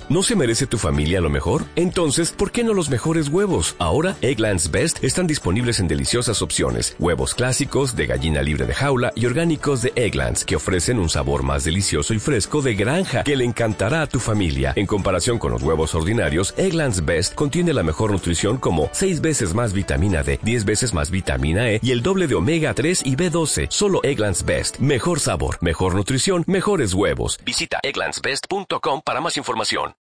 ¿No se merece tu familia lo mejor? Entonces, ¿por qué no los mejores huevos? Ahora, Eggland's Best están disponibles en deliciosas opciones. Huevos clásicos, de gallina libre de jaula y orgánicos de Eggland's, que ofrecen un sabor más delicioso y fresco de granja que le encantará a tu familia. En comparación con los huevos ordinarios, Eggland's Best contiene la mejor nutrición como 6 veces más vitamina D, 10 veces más vitamina E y el doble de omega 3 y B12. Solo Eggland's Best. Mejor sabor, mejor nutrición, mejores huevos. Visita egglandsbest.com para más información.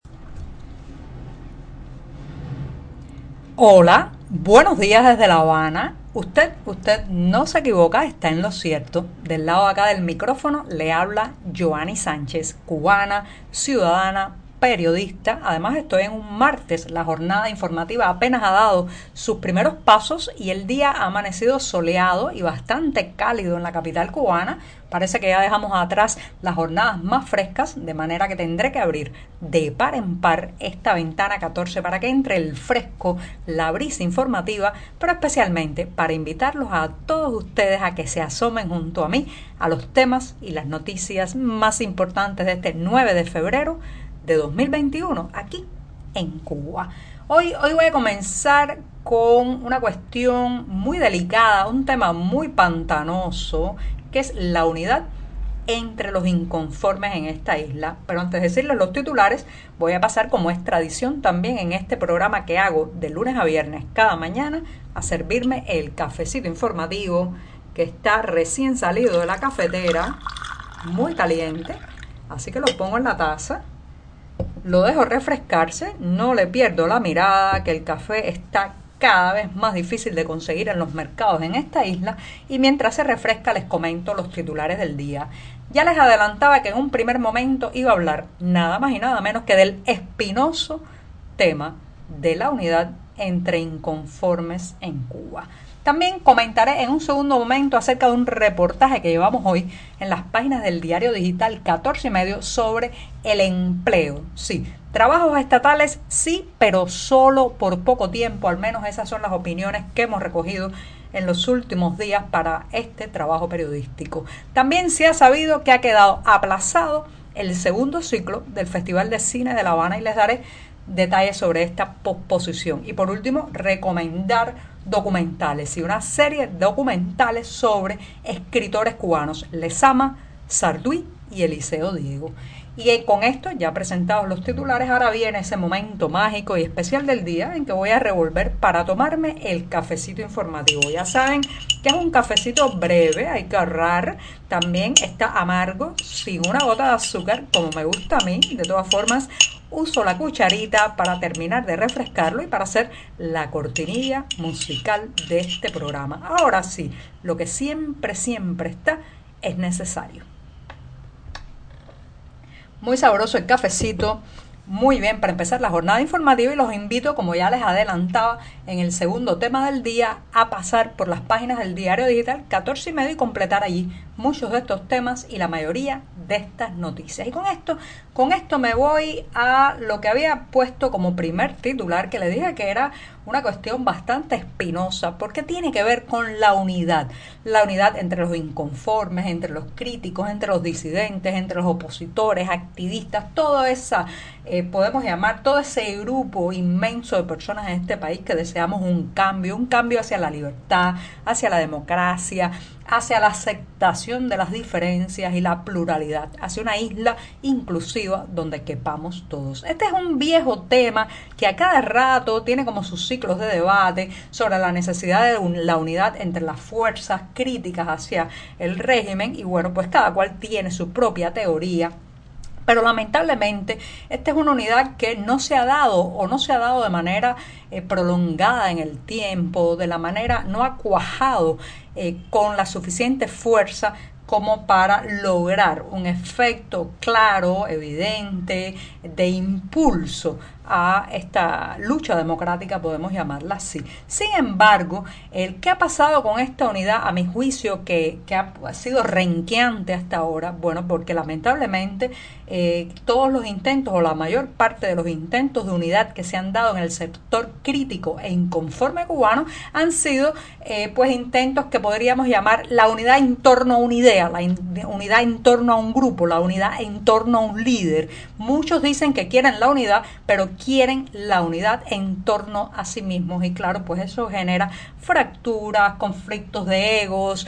Hola, buenos días desde La Habana. Usted no se equivoca, está en lo cierto. Del lado de acá del micrófono le habla Joanny Sánchez, cubana, ciudadana, periodista. Además estoy en un martes, la jornada informativa apenas ha dado sus primeros pasos y el día ha amanecido soleado y bastante cálido en la capital cubana. Parece que ya dejamos atrás las jornadas más frescas, de manera que tendré que abrir de par en par esta ventana 14 para que entre el fresco, la brisa informativa, pero especialmente para invitarlos a todos ustedes a que se asomen junto a mí a los temas y las noticias más importantes de este 9 de febrero de 2021 aquí en Cuba. Hoy voy a comenzar con una cuestión muy delicada, un tema muy pantanoso, que es la unidad entre los inconformes en esta isla. Pero antes de decirles los titulares, voy a pasar, como es tradición también en este programa que hago de lunes a viernes cada mañana, a servirme el cafecito informativo que está recién salido de la cafetera, muy caliente. Así que lo pongo en la taza, lo dejo refrescarse, no le pierdo la mirada que el café está cada vez más difícil de conseguir en los mercados en esta isla, y mientras se refresca les comento los titulares del día. Ya les adelantaba que en un primer momento iba a hablar nada más y nada menos que del espinoso tema de la unidad entre inconformes en Cuba. También comentaré en un segundo momento acerca de un reportaje que llevamos hoy en las páginas del diario digital 14 y medio sobre el empleo. Sí, trabajos estatales sí, pero solo por poco tiempo. Al menos esas son las opiniones que hemos recogido en los últimos días para este trabajo periodístico. También se ha sabido que ha quedado aplazado el segundo ciclo del Festival de Cine de La Habana y les daré detalles sobre esta posposición. Y por último, recomendar documentales y una serie de documentales sobre escritores cubanos, Lezama, Sarduy y Eliseo Diego. Y con esto, ya presentados los titulares, ahora viene ese momento mágico y especial del día en que voy a revolver para tomarme el cafecito informativo. Ya saben que es un cafecito breve, hay que ahorrar. También está amargo, sin una gota de azúcar, como me gusta a mí. De todas formas, uso la cucharita para terminar de refrescarlo y para hacer la cortinilla musical de este programa. Ahora sí, lo que siempre está es necesario. Muy sabroso el cafecito, muy bien para empezar la jornada informativa, y los invito, como ya les adelantaba en el segundo tema del día, a pasar por las páginas del diario digital 14 y medio y completar allí muchos de estos temas y la mayoría de estas noticias. Y con esto me voy a lo que había puesto como primer titular, que le dije que era una cuestión bastante espinosa, porque tiene que ver con la unidad entre los inconformes, entre los críticos, entre los disidentes, entre los opositores, activistas, toda esa, podemos llamar, todo ese grupo inmenso de personas en este país que deseamos un cambio hacia la libertad, hacia la democracia, hacia la aceptación de las diferencias y la pluralidad, hacia una isla inclusiva donde quepamos todos. Este es un viejo tema que a cada rato tiene como sus ciclos de debate sobre la necesidad de la unidad entre las fuerzas críticas hacia el régimen, y bueno, pues cada cual tiene su propia teoría. Pero lamentablemente esta es una unidad que no se ha dado de manera prolongada en el tiempo, no ha cuajado con la suficiente fuerza como para lograr un efecto claro, evidente, de impulso a esta lucha democrática, podemos llamarla así. Sin embargo, ¿qué ha pasado con esta unidad? A mi juicio, que ha sido renqueante hasta ahora, bueno, porque lamentablemente todos los intentos, o la mayor parte de los intentos de unidad que se han dado en el sector crítico e inconforme cubano, han sido pues intentos que podríamos llamar la unidad en torno a una idea. sea la unidad en torno a un grupo, la unidad en torno a un líder. Muchos dicen que quieren la unidad, pero quieren la unidad en torno a sí mismos. Y claro, pues eso genera fracturas, conflictos de egos,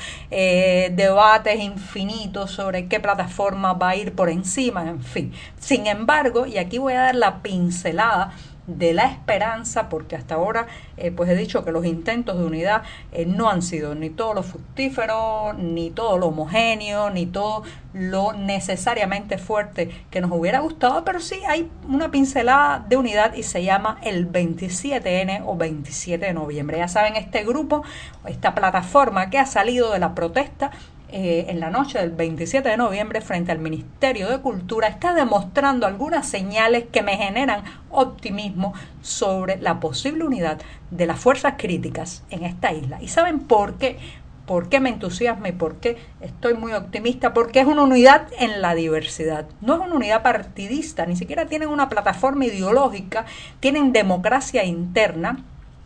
debates infinitos sobre qué plataforma va a ir por encima, en fin. Sin embargo, y aquí voy a dar la pincelada de la esperanza, porque hasta ahora pues he dicho que los intentos de unidad no han sido ni todo lo fructífero, ni todo lo homogéneo, ni todo lo necesariamente fuerte que nos hubiera gustado, pero sí hay una pincelada de unidad y se llama el 27N o 27 de noviembre. Ya saben, este grupo, esta plataforma que ha salido de la protesta en la noche del 27 de noviembre frente al Ministerio de Cultura, está demostrando algunas señales que me generan optimismo sobre la posible unidad de las fuerzas críticas en esta isla. ¿Y saben por qué? ¿Por qué me entusiasma y por qué estoy muy optimista? Porque es una unidad en la diversidad. No es una unidad partidista, ni siquiera tienen una plataforma ideológica, tienen democracia interna.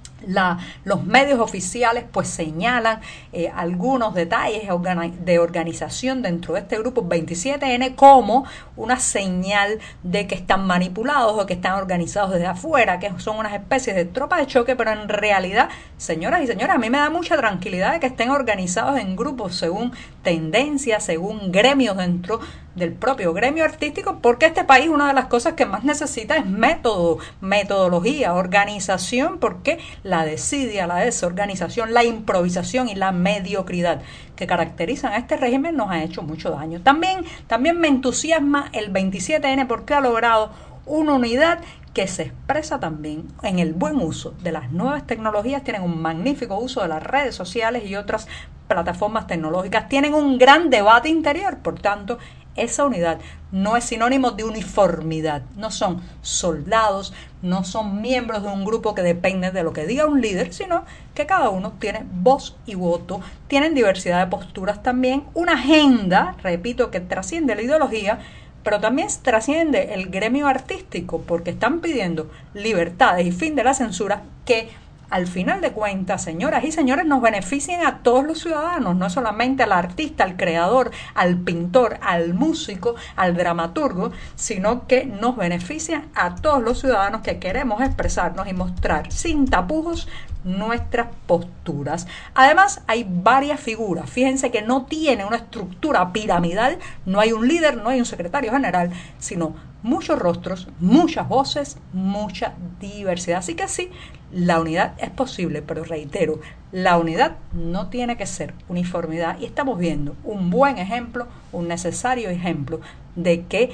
Los medios oficiales pues señalan algunos detalles de organización dentro de este grupo 27N como una señal de que están manipulados o que están organizados desde afuera, que son unas especies de tropas de choque, pero en realidad, señoras y señores, a mí me da mucha tranquilidad de que estén organizados en grupos según tendencias, según gremios dentro del propio gremio artístico, porque este país una de las cosas que más necesita es metodología, organización, porque la desidia, la desorganización, la improvisación y la mediocridad que caracterizan a este régimen nos ha hecho mucho daño. También me entusiasma el 27N porque ha logrado una unidad que se expresa también en el buen uso de las nuevas tecnologías. Tienen un magnífico uso de las redes sociales y otras plataformas tecnológicas, tienen un gran debate interior, por tanto, esa unidad no es sinónimo de uniformidad, no son soldados, no son miembros de un grupo que depende de lo que diga un líder, sino que cada uno tiene voz y voto, tienen diversidad de posturas también, una agenda, repito, que trasciende la ideología, pero también trasciende el gremio artístico, porque están pidiendo libertades y fin de la censura que al final de cuentas, señoras y señores, nos benefician a todos los ciudadanos, no solamente al artista, al creador, al pintor, al músico, al dramaturgo, sino que nos benefician a todos los ciudadanos que queremos expresarnos y mostrar sin tapujos nuestras posturas. Además, hay varias figuras. Fíjense que no tiene una estructura piramidal, no hay un líder, no hay un secretario general, sino muchos rostros, muchas voces, mucha diversidad. Así que sí, la unidad es posible, pero reitero, la unidad no tiene que ser uniformidad y estamos viendo un buen ejemplo, un necesario ejemplo de que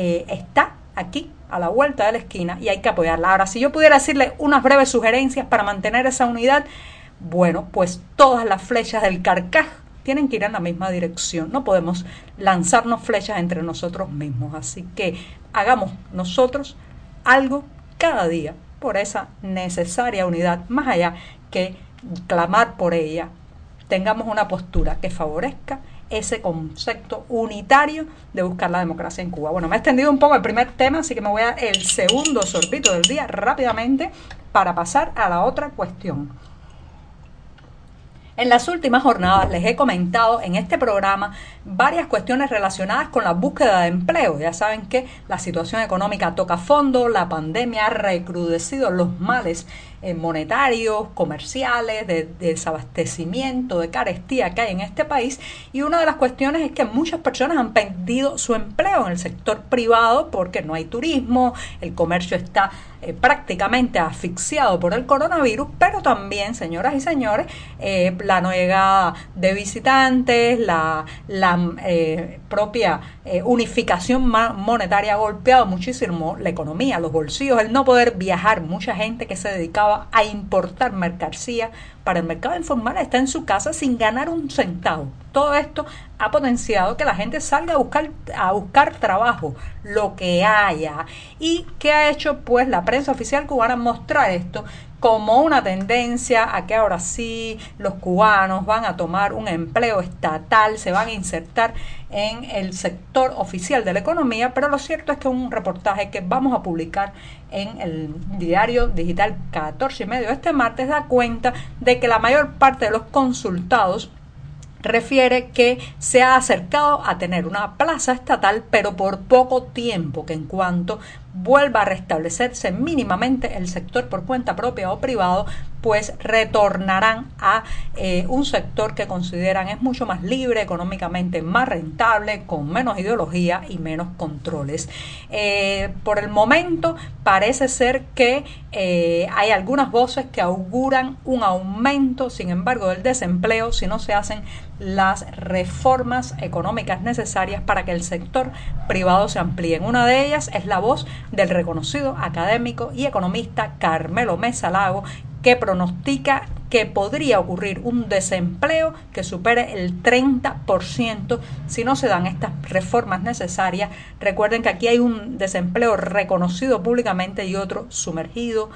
está aquí a la vuelta de la esquina y hay que apoyarla. Ahora, si yo pudiera decirle unas breves sugerencias para mantener esa unidad, bueno, pues todas las flechas del carcaj tienen que ir en la misma dirección. No podemos lanzarnos flechas entre nosotros mismos. Así que hagamos nosotros algo cada día por esa necesaria unidad, más allá que clamar por ella. Tengamos una postura que favorezca ese concepto unitario de buscar la democracia en Cuba. Bueno, me he extendido un poco el primer tema, así que me voy a dar el segundo sorbito del día rápidamente para pasar a la otra cuestión. En las últimas jornadas les he comentado en este programa varias cuestiones relacionadas con la búsqueda de empleo. Ya saben que la situación económica toca fondo, la pandemia ha recrudecido los males monetarios, comerciales, de desabastecimiento, de carestía que hay en este país, y una de las cuestiones es que muchas personas han perdido su empleo en el sector privado porque no hay turismo, el comercio está prácticamente asfixiado por el coronavirus, pero también, señoras y señores, la no llegada de visitantes, la propia unificación monetaria ha golpeado muchísimo la economía, los bolsillos, el no poder viajar. Mucha gente que se dedicaba a importar mercancía para el mercado informal está en su casa sin ganar un centavo. Todo esto ha potenciado que la gente salga a buscar trabajo, lo que haya. ¿Y qué ha hecho pues la prensa oficial cubana? Mostrar esto como una tendencia a que ahora sí los cubanos van a tomar un empleo estatal, se van a insertar en el sector oficial de la economía, pero lo cierto es que un reportaje que vamos a publicar en el diario digital 14 y medio este martes da cuenta de que la mayor parte de los consultados refiere que se ha acercado a tener una plaza estatal, pero por poco tiempo, que en cuanto vuelva a restablecerse mínimamente el sector por cuenta propia o privado, pues retornarán a un sector que consideran es mucho más libre, económicamente más rentable, con menos ideología y menos controles. Por el momento parece ser que hay algunas voces que auguran un aumento, sin embargo, del desempleo si no se hacen las reformas económicas necesarias para que el sector privado se amplíe. Una de ellas es la voz del reconocido académico y economista Carmelo Mesa Lago, que pronostica que podría ocurrir un desempleo que supere el 30% si no se dan estas reformas necesarias. Recuerden que aquí hay un desempleo reconocido públicamente y otro sumergido,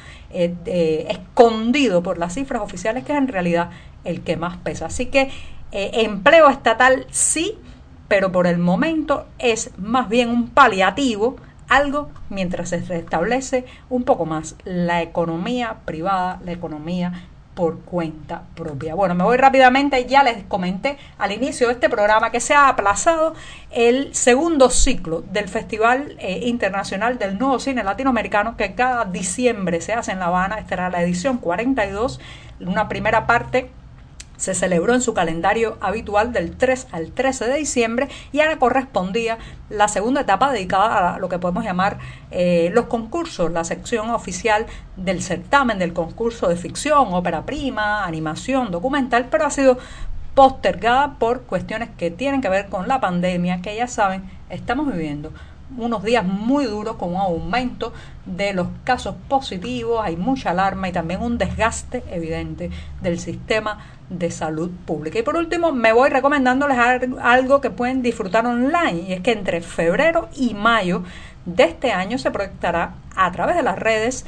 escondido por las cifras oficiales, que es en realidad el que más pesa. Así que empleo estatal sí, pero por el momento es más bien un paliativo, algo mientras se restablece un poco más la economía privada, la economía por cuenta propia. Bueno, me voy rápidamente. Ya les comenté al inicio de este programa que se ha aplazado el segundo ciclo del Festival Internacional del Nuevo Cine Latinoamericano, que cada diciembre se hace en La Habana. Esta era la edición 42. Una primera parte se celebró en su calendario habitual del 3 al 13 de diciembre y ahora correspondía la segunda etapa dedicada a lo que podemos llamar los concursos, la sección oficial del certamen, del concurso de ficción, ópera prima, animación, documental, pero ha sido postergada por cuestiones que tienen que ver con la pandemia, que ya saben, estamos viviendo unos días muy duros con un aumento de los casos positivos, hay mucha alarma y también un desgaste evidente del sistema de salud pública. Y por último, me voy recomendándoles algo que pueden disfrutar online, y es que entre febrero y mayo de este año se proyectará a través de las redes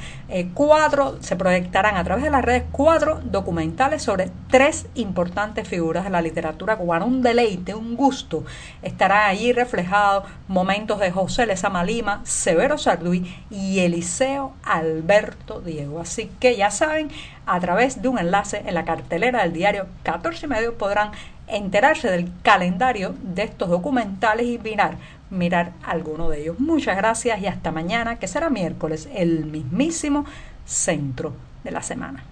cuatro documentales sobre tres importantes figuras de la literatura cubana. Un deleite, un gusto. Estará allí reflejado momentos de José Lezama Lima, Severo Sarduy y Eliseo Alberto Diego. Así que ya saben, a través de un enlace en la cartelera del diario 14 y medio podrán enterarse del calendario de estos documentales y mirar alguno de ellos. Muchas gracias y hasta mañana, que será miércoles, el mismísimo centro de la semana.